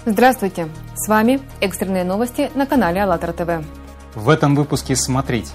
Здравствуйте! С вами экстренные новости на канале АЛЛАТРА ТВ. В этом выпуске смотрите.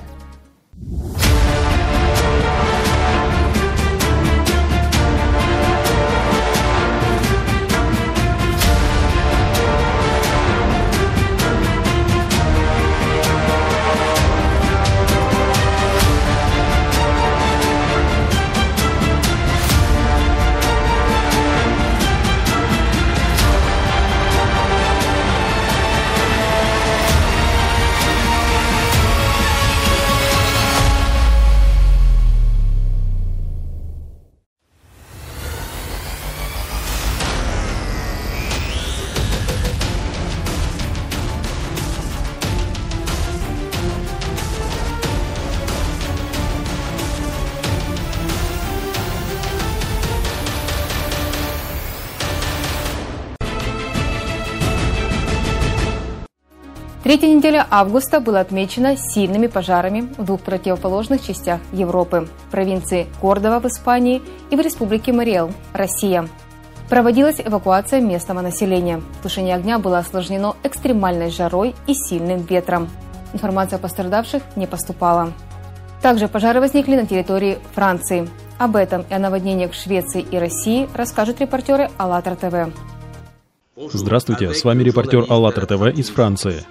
Третья неделя августа была отмечена сильными пожарами в двух противоположных частях Европы – провинции Кордова в Испании и в республике Мариэл, Россия. Проводилась эвакуация местного населения. Тушение огня было осложнено экстремальной жарой и сильным ветром. Информация о пострадавших не поступала. Также пожары возникли на территории Франции. Об этом и о наводнениях в Швеции и России расскажут репортеры АЛЛАТРА ТВ. Здравствуйте, с вами репортер АЛЛАТРА ТВ из Франции.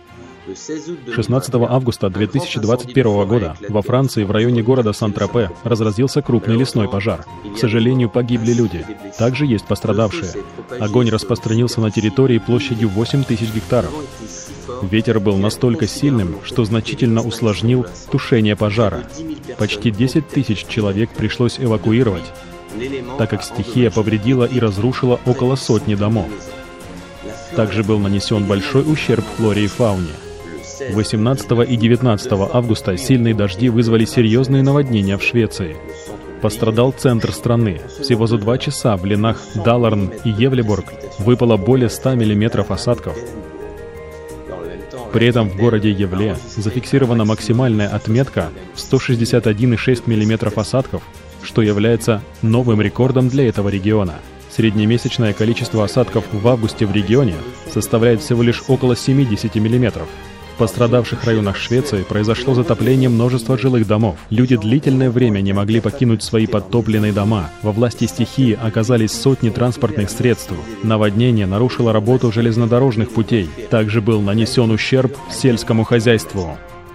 16 августа 2021 года во Франции в районе города Сан-Тропе разразился крупный лесной пожар. К сожалению, погибли люди. Также есть пострадавшие. Огонь распространился на территории площадью 8000 гектаров. Ветер был настолько сильным, что значительно усложнил тушение пожара. Почти 10 тысяч человек пришлось эвакуировать, так как стихия повредила и разрушила около сотни домов. Также был нанесен большой ущерб флоре и фауне. 18 и 19 августа сильные дожди вызвали серьезные наводнения в Швеции. Пострадал центр страны. Всего за 2 часа в Ленах, Даларн и Гевлеборг выпало более 100 мм осадков. При этом в городе Гевле зафиксирована максимальная отметка в 161,6 мм осадков, что является новым рекордом для этого региона. Среднемесячное количество осадков в августе в регионе составляет всего лишь около 70 мм. В пострадавших районах Швеции произошло затопление множества жилых домов. Люди длительное время не могли покинуть свои подтопленные дома. Во власти стихии оказались сотни транспортных средств. Наводнение нарушило работу железнодорожных путей. Также был нанесен ущерб сельскому хозяйству.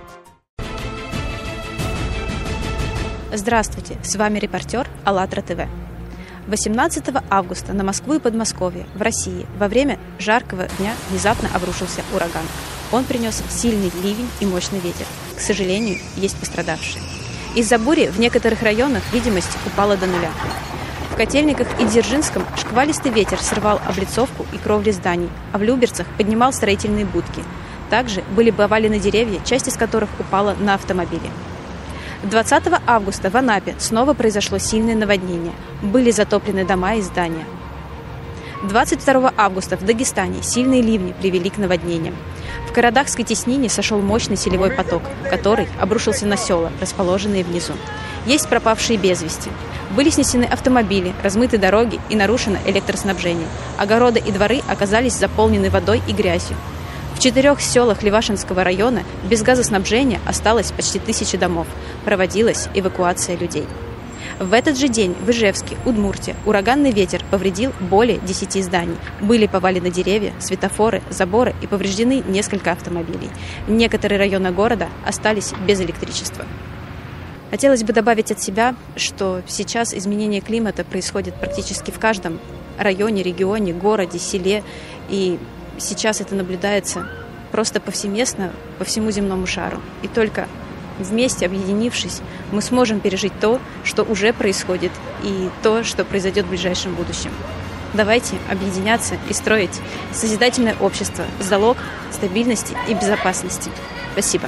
Здравствуйте, с вами репортер АЛЛАТРА ТВ. 18 августа на Москву и Подмосковье в России во время жаркого дня внезапно обрушился ураган. Он принес сильный ливень и мощный ветер. К сожалению, есть пострадавшие. Из-за бури в некоторых районах видимость упала до нуля. В Котельниках и Дзержинском шквалистый ветер срывал облицовку и кровли зданий, а в Люберцах поднимал строительные будки. Также были повалены деревья, часть из которых упала на автомобили. 20 августа в Анапе снова произошло сильное наводнение. Были затоплены дома и здания. 22 августа в Дагестане сильные ливни привели к наводнениям. В Карадахской теснине сошел мощный селевой поток, который обрушился на села, расположенные внизу. Есть пропавшие без вести. Были снесены автомобили, размыты дороги и нарушено электроснабжение. Огороды и дворы оказались заполнены водой и грязью. В 4 селах Левашинского района без газоснабжения осталось почти 1000 домов. Проводилась эвакуация людей. В этот же день в Ижевске, Удмуртия, ураганный ветер повредил более 10 зданий. Были повалены деревья, светофоры, заборы и повреждены несколько автомобилей. Некоторые районы города остались без электричества. Хотелось бы добавить от себя, что сейчас изменение климата происходит практически в каждом районе, регионе, городе, селе. И сейчас это наблюдается просто повсеместно по всему земному шару. И только вместе, объединившись, мы сможем пережить то, что уже происходит, и то, что произойдет в ближайшем будущем. Давайте объединяться и строить созидательное общество, залог стабильности и безопасности. Спасибо.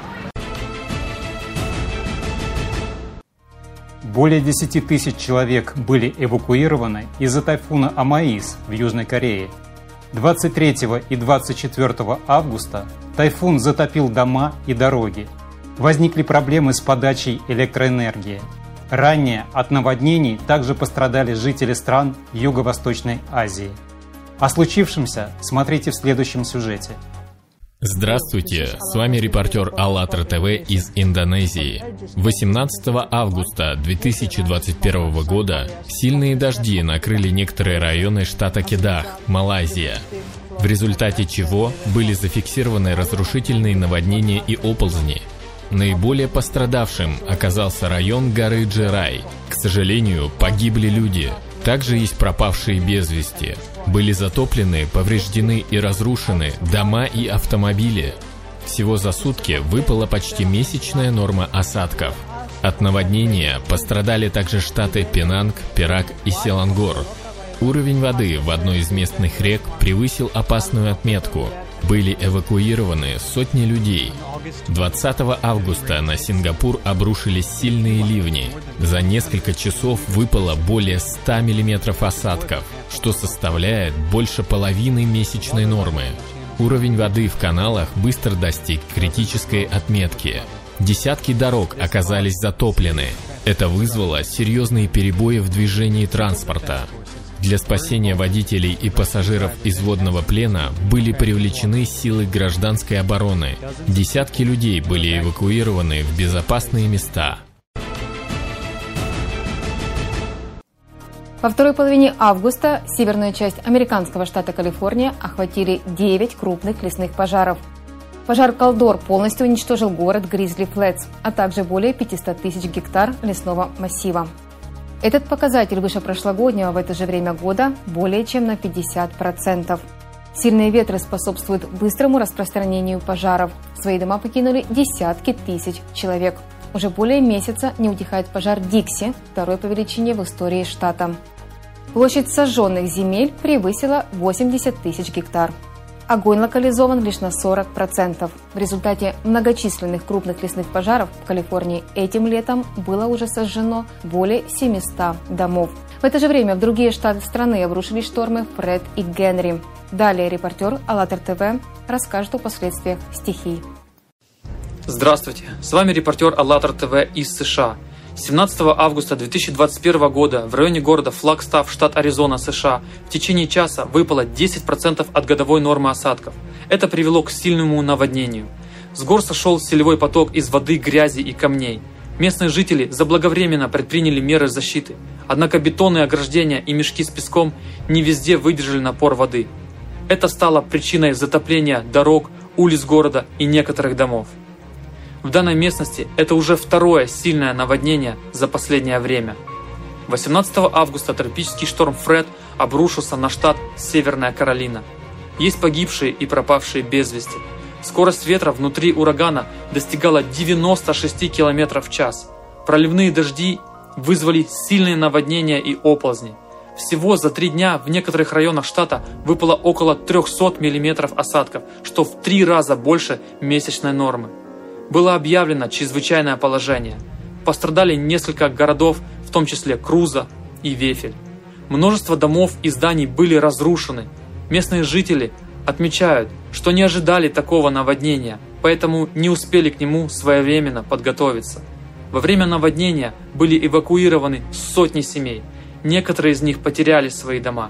Более 10 тысяч человек были эвакуированы из-за тайфуна Амаис в Южной Корее. 23 и 24 августа тайфун затопил дома и дороги. Возникли проблемы с подачей электроэнергии. Ранее от наводнений также пострадали жители стран Юго-Восточной Азии. О случившемся смотрите в следующем сюжете. Здравствуйте, с вами репортер АЛЛАТРА ТВ из Индонезии. 18 августа 2021 года сильные дожди накрыли некоторые районы штата Кедах, Малайзия, в результате чего были зафиксированы разрушительные наводнения и оползни. Наиболее пострадавшим оказался район горы Джерай. К сожалению, погибли люди. Также есть пропавшие без вести. Были затоплены, повреждены и разрушены дома и автомобили. Всего за сутки выпала почти месячная норма осадков. От наводнения пострадали также штаты Пенанг, Перак и Селангор. Уровень воды в одной из местных рек превысил опасную отметку. Были эвакуированы сотни людей. 20 августа на Сингапур обрушились сильные ливни. За несколько часов выпало более 100 мм осадков, что составляет больше половины месячной нормы. Уровень воды в каналах быстро достиг критической отметки. Десятки дорог оказались затоплены. Это вызвало серьезные перебои в движении транспорта. Для спасения водителей и пассажиров из водного плена были привлечены силы гражданской обороны. Десятки людей были эвакуированы в безопасные места. Во второй половине августа северную часть американского штата Калифорния охватили 9 крупных лесных пожаров. Пожар Калдор полностью уничтожил город Гризли Флетс, а также более 500 тысяч гектар лесного массива. Этот показатель выше прошлогоднего в это же время года более чем на 50%. Сильные ветры способствуют быстрому распространению пожаров. Свои дома покинули десятки тысяч человек. Уже более месяца не утихает пожар Дикси, второй по величине в истории штата. Площадь сожженных земель превысила 80 тысяч гектар. Огонь локализован лишь на 40%. В результате многочисленных крупных лесных пожаров в Калифорнии этим летом было уже сожжено более 700 домов. В это же время в другие штаты страны обрушились штормы Фред и Генри. Далее репортер АЛЛАТРА ТВ расскажет о последствиях стихий. Здравствуйте, с вами репортер АЛЛАТРА ТВ из США. 17 августа 2021 года в районе города Флагстаф, штат Аризона, США, в течение часа выпало 10% от годовой нормы осадков. Это привело к сильному наводнению. С гор сошел селевой поток из воды, грязи и камней. Местные жители заблаговременно предприняли меры защиты, однако бетонные ограждения и мешки с песком не везде выдержали напор воды. Это стало причиной затопления дорог, улиц города и некоторых домов. В данной местности это уже второе сильное наводнение за последнее время. 18 августа тропический шторм Фред обрушился на штат Северная Каролина. Есть погибшие и пропавшие без вести. Скорость ветра внутри урагана достигала 96 км в час. Проливные дожди вызвали сильные наводнения и оползни. Всего за 3 дня в некоторых районах штата выпало около 300 мм осадков, что в 3 раза больше месячной нормы. Было объявлено чрезвычайное положение. Пострадали несколько городов, в том числе Круза и Вефель. Множество домов и зданий были разрушены. Местные жители отмечают, что не ожидали такого наводнения, поэтому не успели к нему своевременно подготовиться. Во время наводнения были эвакуированы сотни семей. Некоторые из них потеряли свои дома.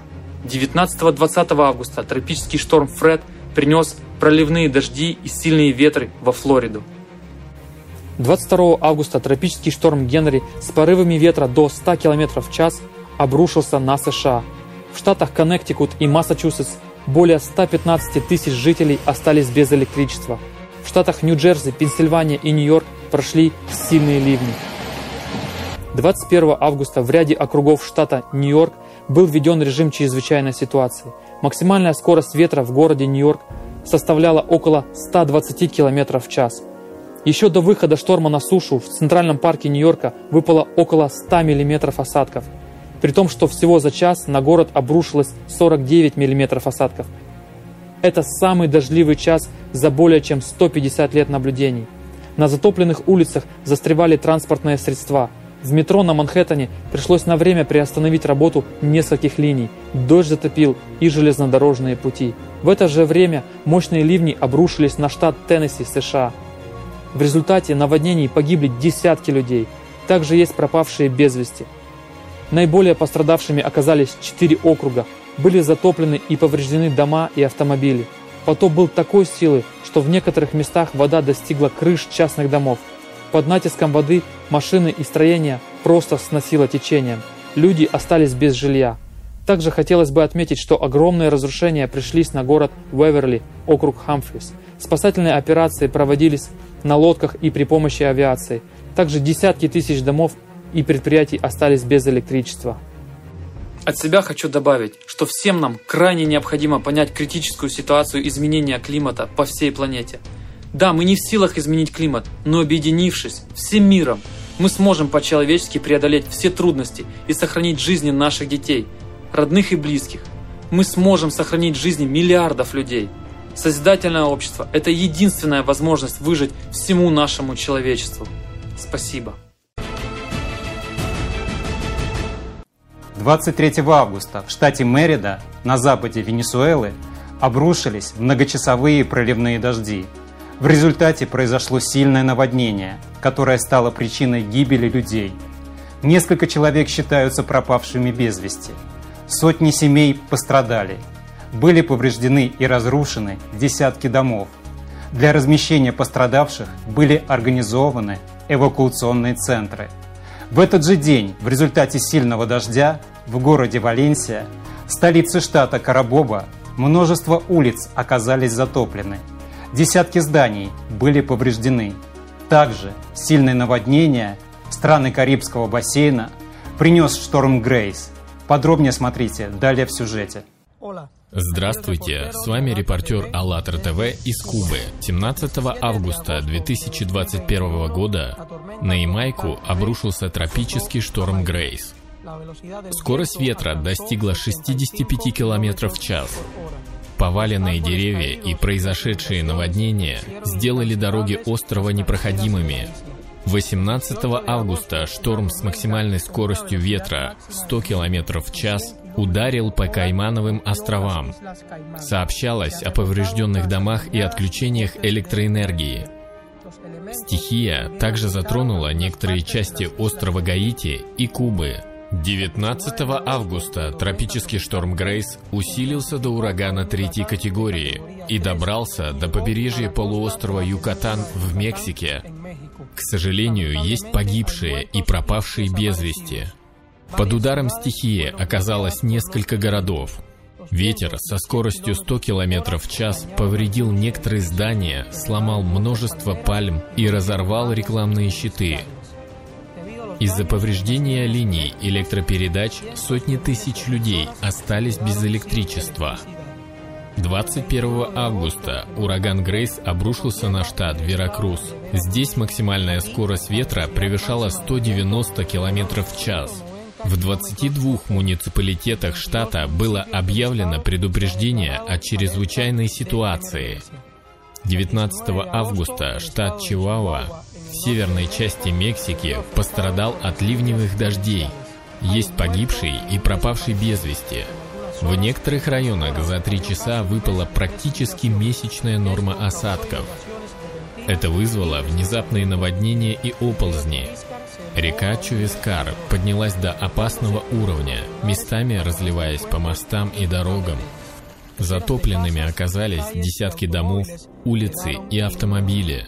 19-20 августа тропический шторм Фред принес проливные дожди и сильные ветры во Флориду. 22 августа тропический шторм Генри с порывами ветра до 100 км в час обрушился на США. В штатах Коннектикут и Массачусетс более 115 тысяч жителей остались без электричества. В штатах Нью-Джерси, Пенсильвания и Нью-Йорк прошли сильные ливни. 21 августа в ряде округов штата Нью-Йорк был введен режим чрезвычайной ситуации. Максимальная скорость ветра в городе Нью-Йорк составляла около 120 км в час. Еще до выхода шторма на сушу в Центральном парке Нью-Йорка выпало около 100 мм осадков, при том, что всего за час на город обрушилось 49 мм осадков. Это самый дождливый час за более чем 150 лет наблюдений. На затопленных улицах застревали транспортные средства. В метро на Манхэттене пришлось на время приостановить работу нескольких линий. Дождь затопил и железнодорожные пути. В это же время мощные ливни обрушились на штат Теннесси, США. В результате наводнений погибли десятки людей. Также есть пропавшие без вести. Наиболее пострадавшими оказались 4 округа. Были затоплены и повреждены дома и автомобили. Потоп был такой силы, что в некоторых местах вода достигла крыш частных домов. Под натиском воды машины и строения просто сносило течением. Люди остались без жилья. Также хотелось бы отметить, что огромные разрушения пришлись на город Уэверли, округ Хамфрис. Спасательные операции проводились на лодках и при помощи авиации. Также десятки тысяч домов и предприятий остались без электричества. От себя хочу добавить, что всем нам крайне необходимо понять критическую ситуацию изменения климата по всей планете. Да, мы не в силах изменить климат, но объединившись всем миром, мы сможем по-человечески преодолеть все трудности и сохранить жизни наших детей, родных и близких. Мы сможем сохранить жизни миллиардов людей. Созидательное общество – это единственная возможность выжить всему нашему человечеству. Спасибо. 23 августа в штате Мерида на западе Венесуэлы обрушились многочасовые проливные дожди. В результате произошло сильное наводнение, которое стало причиной гибели людей. Несколько человек считаются пропавшими без вести. Сотни семей пострадали. Были повреждены и разрушены десятки домов. Для размещения пострадавших были организованы эвакуационные центры. В этот же день, в результате сильного дождя, в городе Валенсия, столице штата Карабоба, множество улиц оказались затоплены. Десятки зданий были повреждены. Также сильное наводнение страны Карибского бассейна принес шторм Грейс. Подробнее смотрите далее в сюжете. Здравствуйте, с вами репортер АЛЛАТРА ТВ из Кубы. 17 августа 2021 года на Ямайку обрушился тропический шторм Грейс. Скорость ветра достигла 65 км в час. Поваленные деревья и произошедшие наводнения сделали дороги острова непроходимыми. 18 августа шторм с максимальной скоростью ветра 100 км в час ударил по Каймановым островам. Сообщалось о поврежденных домах и отключениях электроэнергии. Стихия также затронула некоторые части острова Гаити и Кубы. 19 августа тропический шторм Грейс усилился до урагана 3-й категории и добрался до побережья полуострова Юкатан в Мексике. К сожалению, есть погибшие и пропавшие без вести. Под ударом стихии оказалось несколько городов. Ветер со скоростью 100 км в час повредил некоторые здания, сломал множество пальм и разорвал рекламные щиты. Из-за повреждения линий электропередач сотни тысяч людей остались без электричества. 21 августа ураган Грейс обрушился на штат Веракрус. Здесь максимальная скорость ветра превышала 190 км в час. В 22 муниципалитетах штата было объявлено предупреждение о чрезвычайной ситуации. 19 августа штат Чиуауа в северной части Мексики пострадал от ливневых дождей. Есть погибший и пропавший без вести. В некоторых районах за 3 часа выпала практически месячная норма осадков. Это вызвало внезапные наводнения и оползни. Река Чувескар поднялась до опасного уровня, местами разливаясь по мостам и дорогам. Затопленными оказались десятки домов, улицы и автомобили.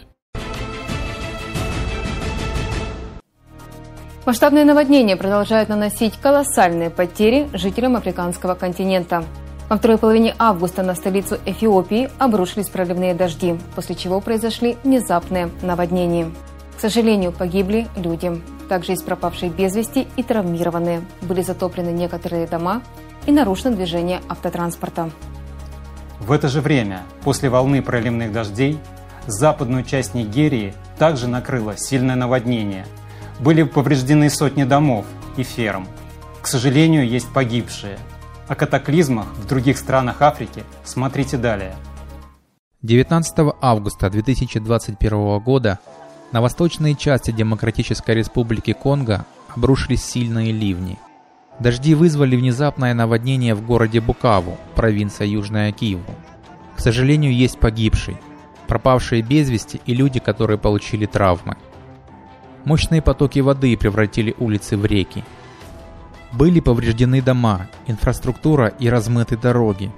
Масштабные наводнения продолжают наносить колоссальные потери жителям африканского континента. Во второй половине августа на столицу Эфиопии обрушились проливные дожди, после чего произошли внезапные наводнения. К сожалению, погибли люди. Также есть пропавшие без вести и травмированные. Были затоплены некоторые дома и нарушено движение автотранспорта. В это же время, после волны проливных дождей, западную часть Нигерии также накрыло сильное наводнение. Были повреждены сотни домов и ферм. К сожалению, есть погибшие. О катаклизмах в других странах Африки смотрите далее. 19 августа 2021 года на восточной части Демократической Республики Конго обрушились сильные ливни. Дожди вызвали внезапное наводнение в городе Букаву, провинция Южная Киву. К сожалению, есть погибший, пропавшие без вести и люди, которые получили травмы. Мощные потоки воды превратили улицы в реки. Были повреждены дома, инфраструктура и размыты дороги.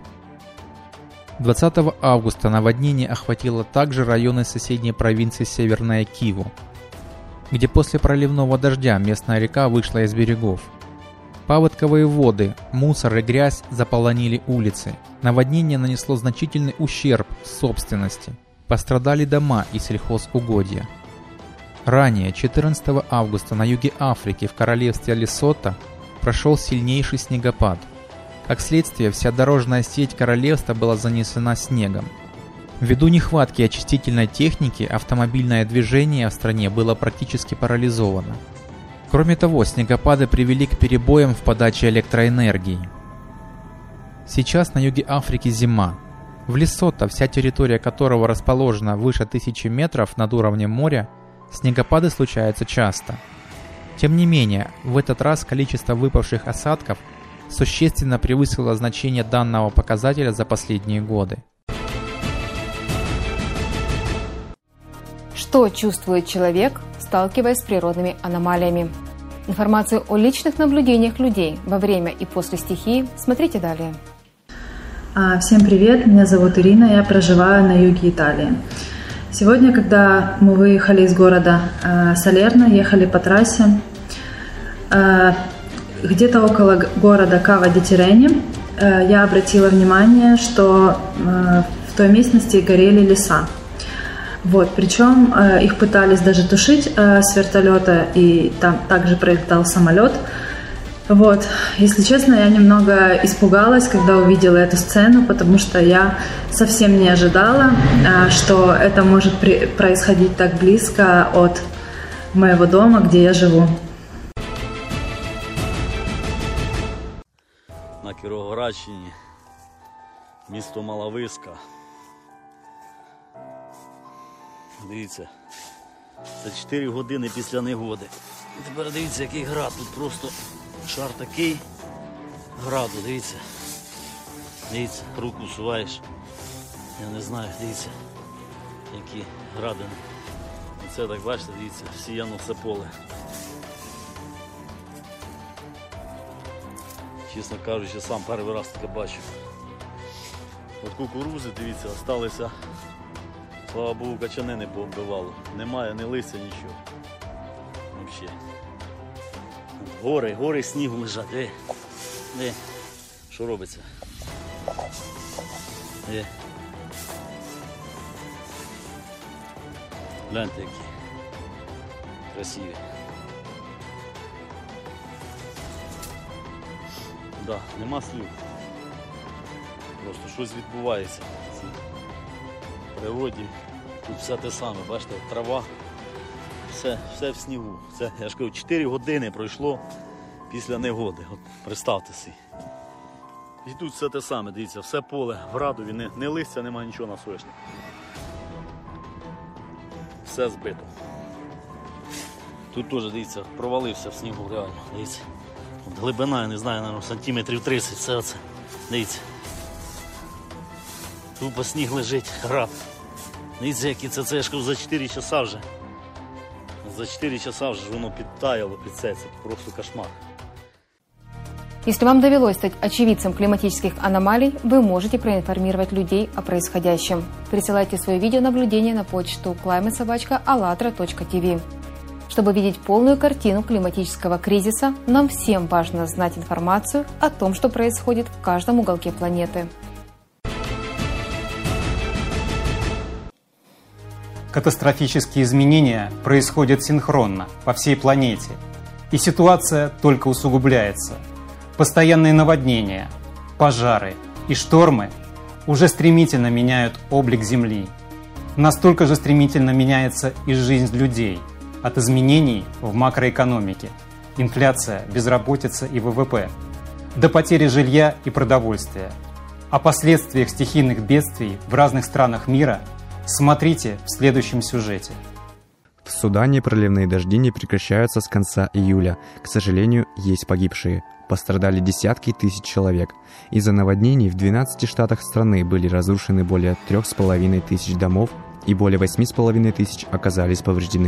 20 августа наводнение охватило также районы соседней провинции Северная Киву, где после проливного дождя местная река вышла из берегов. Паводковые воды, мусор и грязь заполонили улицы. Наводнение нанесло значительный ущерб собственности. Пострадали дома и сельхозугодья. Ранее, 14 августа, на юге Африки, в королевстве Лесото, прошел сильнейший снегопад. Как следствие, вся дорожная сеть королевства была занесена снегом. Ввиду нехватки очистительной техники, автомобильное движение в стране было практически парализовано. Кроме того, снегопады привели к перебоям в подаче электроэнергии. Сейчас на юге Африки зима. В Лесото, вся территория которого расположена выше 1000 метров над уровнем моря, снегопады случаются часто. Тем не менее, в этот раз количество выпавших осадков существенно превысило значение данного показателя за последние годы. Что чувствует человек, сталкиваясь с природными аномалиями? Информацию о личных наблюдениях людей во время и после стихии смотрите далее. Всем привет, меня зовут Ирина, я проживаю на юге Италии. Сегодня, когда мы выехали из города Салерно, ехали по трассе, где-то около города Кава-ди-Тирени, я обратила внимание, что в той местности горели леса. Причем их пытались даже тушить с вертолета, и там также пролетал самолет. Если честно, я немного испугалась, когда увидела эту сцену, потому что я совсем не ожидала, что это может происходить так близко от моего дома, где я живу. На Кіровоградщині, місто Маловиска. Дивіться, це 4 години після негоди. Тепер дивіться, який град, тут просто шар такий граду, дивіться. Дивіться, руку всуваєш, я не знаю, дивіться, які градини. Оце так, бачите, дивіться, всіяно все поле. Чесно кажучи, сам перший раз таке бачу. От кукурузи, дивіться, залишилися. Слава Богу, качани не пооббивало. Немає ні листя, нічого. Взагалі. Гори снігу лежать. Де? Що робиться? Де? Гляньте, які красиві. Да, нема слів. Просто щось відбувається в цій природі. Тут все те саме, бачите, трава, все в снігу. Це, я ж кажу, 4 години пройшло після негоди. От представте собі. І тут все те саме, дивіться, все поле в градові, не листя, немає нічого на соняшнику. Все збито. Тут теж, дивіться, провалився в снігу реально, дивіться. От глибина, я не знаю, наверное, сантиметрів 30, все оце, дивіться. Тупо сніг лежить, град. Дивіться, які це, я ж кажу, за 4 часа вже. За 4 часа вже воно підтаяло, це просто кошмар. Если вам довелось стать очевидцем климатических аномалий, вы можете проинформировать людей о происходящем. Присылайте свое видеонаблюдение на почту climate@allatra.tv. Чтобы видеть полную картину климатического кризиса, нам всем важно знать информацию о том, что происходит в каждом уголке планеты. Катастрофические изменения происходят синхронно по всей планете, и ситуация только усугубляется. Постоянные наводнения, пожары и штормы уже стремительно меняют облик Земли. Настолько же стремительно меняется и жизнь людей от изменений в макроэкономике, инфляция, безработица и ВВП, до потери жилья и продовольствия. О последствиях стихийных бедствий в разных странах мира смотрите в следующем сюжете. В Судане проливные дожди не прекращаются с конца июля. К сожалению, есть погибшие. Пострадали десятки тысяч человек. Из-за наводнений в 12 штатах страны были разрушены более 3,5 тысяч домов и более 8,5 тысяч оказались повреждены.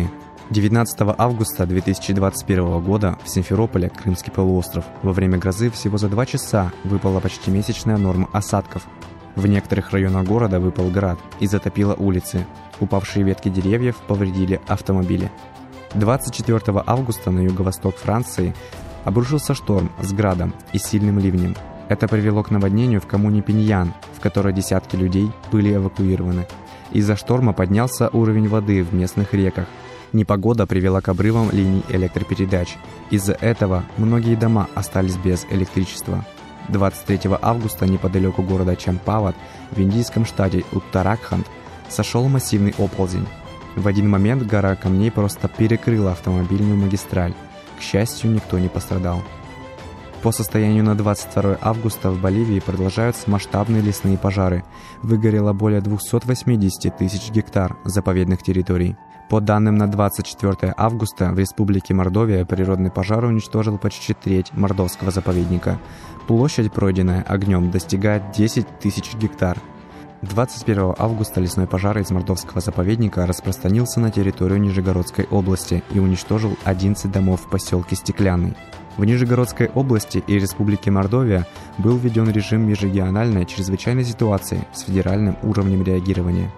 19 августа 2021 года в Симферополе, Крымский полуостров, во время грозы всего за 2 часа выпала почти месячная норма осадков. В некоторых районах города выпал град и затопило улицы. Упавшие ветки деревьев повредили автомобили. 24 августа на юго-восток Франции обрушился шторм с градом и сильным ливнем. Это привело к наводнению в коммуне Пиньян, в которой десятки людей были эвакуированы. Из-за шторма поднялся уровень воды в местных реках. Непогода привела к обрывам линий электропередач. Из-за этого многие дома остались без электричества. 23 августа неподалеку города Чампават в индийском штате Уттараханд сошел массивный оползень. В один момент гора камней просто перекрыла автомобильную магистраль. К счастью, никто не пострадал. По состоянию на 22 августа в Боливии продолжаются масштабные лесные пожары. Выгорело более 280 тысяч гектар заповедных территорий. По данным на 24 августа в Республике Мордовия природный пожар уничтожил почти треть мордовского заповедника. Площадь, пройденная огнем, достигает 10 тысяч гектар. 21 августа лесной пожар из мордовского заповедника распространился на территорию Нижегородской области и уничтожил 11 домов в поселке Стеклянный. В Нижегородской области и Республике Мордовия был введен режим межрегиональной чрезвычайной ситуации с федеральным уровнем реагирования.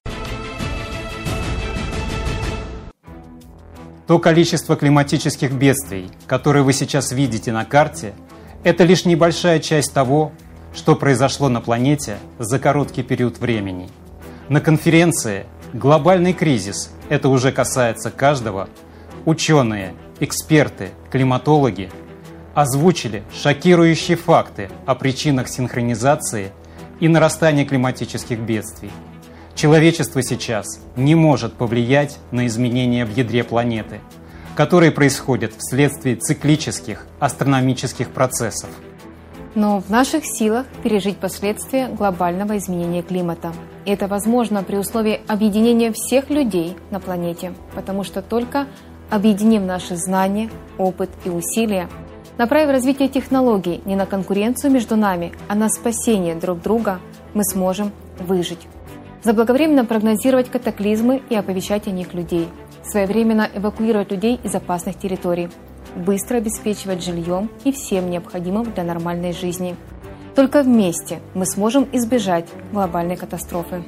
То количество климатических бедствий, которые вы сейчас видите на карте, это лишь небольшая часть того, что произошло на планете за короткий период времени. На конференции «Глобальный кризис» это уже касается каждого, ученые, эксперты, климатологи озвучили шокирующие факты о причинах синхронизации и нарастания климатических бедствий. Человечество сейчас не может повлиять на изменения в ядре планеты, которые происходят вследствие циклических астрономических процессов. Но в наших силах пережить последствия глобального изменения климата. И это возможно при условии объединения всех людей на планете, потому что только объединив наши знания, опыт и усилия, направив развитие технологий не на конкуренцию между нами, а на спасение друг друга, мы сможем выжить. Заблаговременно прогнозировать катаклизмы и оповещать о них людей, своевременно эвакуировать людей из опасных территорий, быстро обеспечивать жильем и всем необходимым для нормальной жизни. Только вместе мы сможем избежать глобальной катастрофы.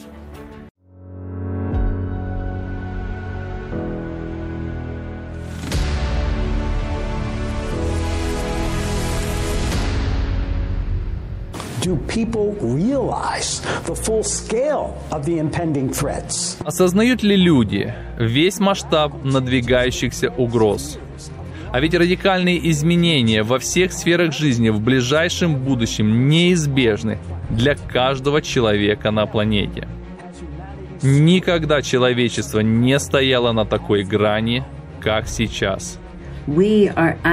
Do people realize the full scale of the impending threats? Осознают ли люди весь масштаб надвигающихся угроз? А ведь радикальные изменения во всех сферах жизни в ближайшем будущем неизбежны для каждого человека на планете. Никогда человечество не стояло на такой грани, как сейчас. Мы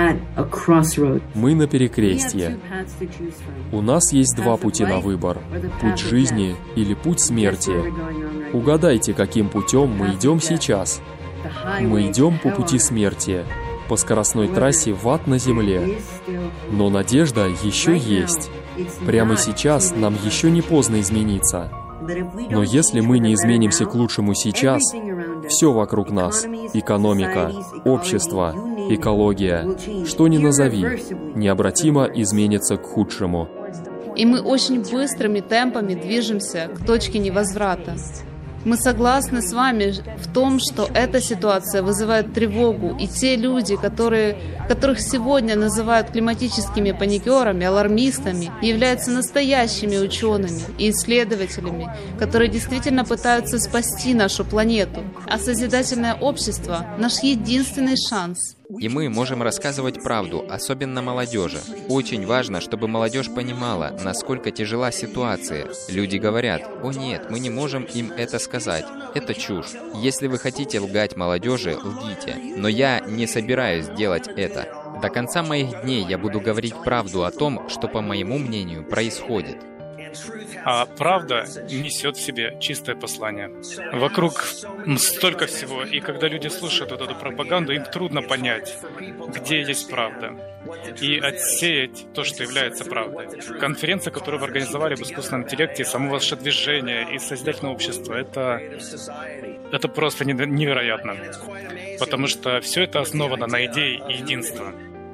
на перекрестье. У нас есть два пути на выбор. Путь жизни или путь смерти. Угадайте, каким путем мы идем сейчас. Мы идем по пути смерти, по скоростной трассе в ад на земле. Но надежда еще есть. Прямо сейчас нам еще не поздно измениться. Но если мы не изменимся к лучшему сейчас, все вокруг нас – экономика, общество, экология, что ни назови, необратимо изменится к худшему. И мы очень быстрыми темпами движемся к точке невозврата. Мы согласны с вами в том, что эта ситуация вызывает тревогу, и те люди, которых сегодня называют климатическими паникерами, алармистами, являются настоящими учеными и исследователями, которые действительно пытаются спасти нашу планету. А созидательное общество – наш единственный шанс. И мы можем рассказывать правду, особенно молодежи. Очень важно, чтобы молодежь понимала, насколько тяжела ситуация. Люди говорят: «О нет, мы не можем им это сказать. Это чушь». Если вы хотите лгать молодежи, лгите. Но я не собираюсь делать это. До конца моих дней я буду говорить правду о том, что, по моему мнению, происходит. А правда несет в себе чистое послание. Вокруг столько всего, и когда люди слушают вот эту пропаганду, им трудно понять, где есть правда, и отсеять то, что является правдой. Конференция, которую вы организовали об искусственном интеллекте, само ваше движение и созидательное общество — это это просто невероятно. Потому что все это основано на идее единства.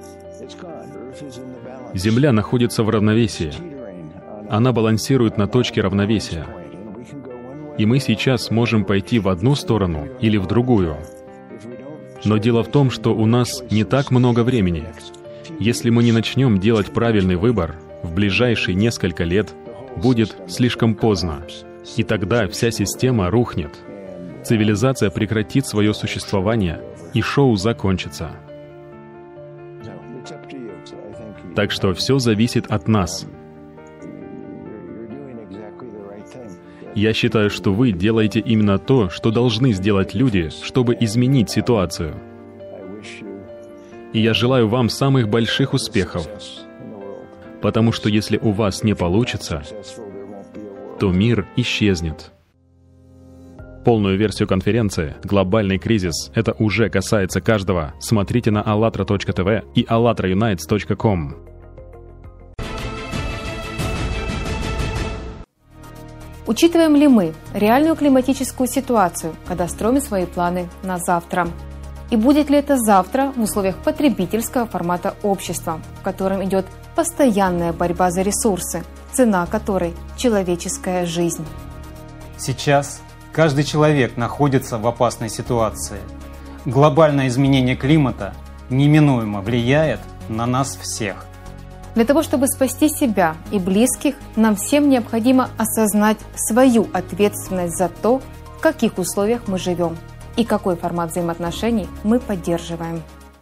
Земля находится в равновесии. Она балансирует на точке равновесия. И мы сейчас можем пойти в одну сторону или в другую. Но дело в том, что у нас не так много времени. Если мы не начнем делать правильный выбор, в ближайшие несколько лет будет слишком поздно. И тогда вся система рухнет. Цивилизация прекратит свое существование, и шоу закончится. Так что все зависит от нас. Я считаю, что вы делаете именно то, что должны сделать люди, чтобы изменить ситуацию. И я желаю вам самых больших успехов. Потому что если у вас не получится, то мир исчезнет. Полную версию конференции «Глобальный кризис» — это уже касается каждого. Смотрите на allatra.tv и allatraunites.com. Учитываем ли мы реальную климатическую ситуацию, когда строим свои планы на завтра? И будет ли это завтра в условиях потребительского формата общества, в котором идет постоянная борьба за ресурсы, цена которой – человеческая жизнь? Сейчас каждый человек находится в опасной ситуации. Глобальное изменение климата неминуемо влияет на нас всех. Для того, чтобы спасти себя и близких, нам всем необходимо осознать свою ответственность за то, в каких условиях мы живем и какой формат взаимоотношений мы поддерживаем.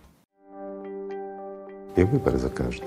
И выбор за каждым.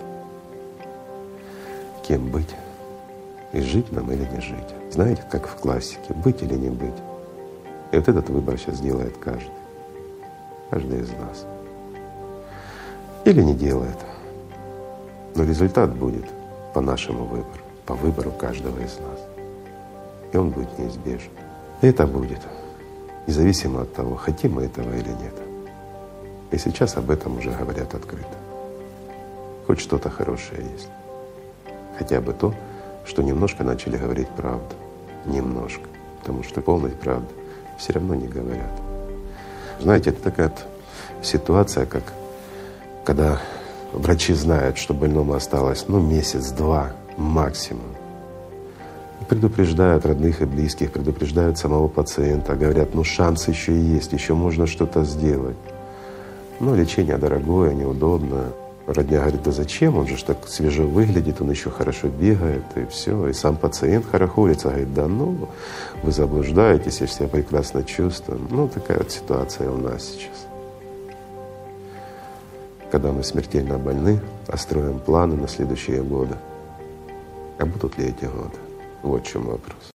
Кем быть? И жить нам или не жить? Знаете, как в классике, быть или не быть? И вот этот выбор сейчас делает каждый. Каждый из нас. Или не делает. Но результат будет по нашему выбору, по выбору каждого из нас. И он будет неизбежен. И это будет, независимо от того, хотим мы этого или нет. И сейчас об этом уже говорят открыто. Хоть что-то хорошее есть. Хотя бы то, что немножко начали говорить правду. Немножко. Потому что полной правды все равно не говорят. Знаете, это такая ситуация, как когда врачи знают, что больному осталось месяц-два максимум. И предупреждают родных и близких, предупреждают самого пациента, говорят, шанс еще есть, еще можно что-то сделать. Но лечение дорогое, неудобное. Родня говорит, да зачем, он же так свежо выглядит, он еще хорошо бегает, и все. И сам пациент хорохорится, говорит, да вы заблуждаетесь, я себя прекрасно чувствую. Такая вот ситуация у нас сейчас. Когда мы смертельно больны, а строим планы на следующие годы. А будут ли эти годы? Вот в чем вопрос.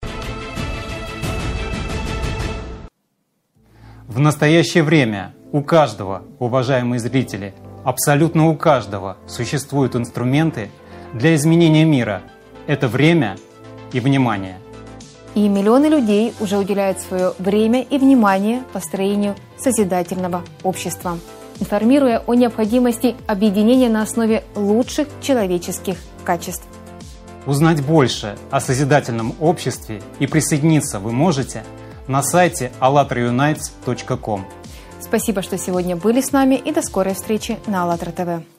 В настоящее время у каждого, уважаемые зрители, абсолютно у каждого существуют инструменты для изменения мира. Это время и внимание. И миллионы людей уже уделяют свое время и внимание построению созидательного общества, информируя о необходимости объединения на основе лучших человеческих качеств. Узнать больше о созидательном обществе и присоединиться вы можете на сайте allatraunites.com. Спасибо, что сегодня были с нами, и до скорой встречи на АЛЛАТРА ТВ.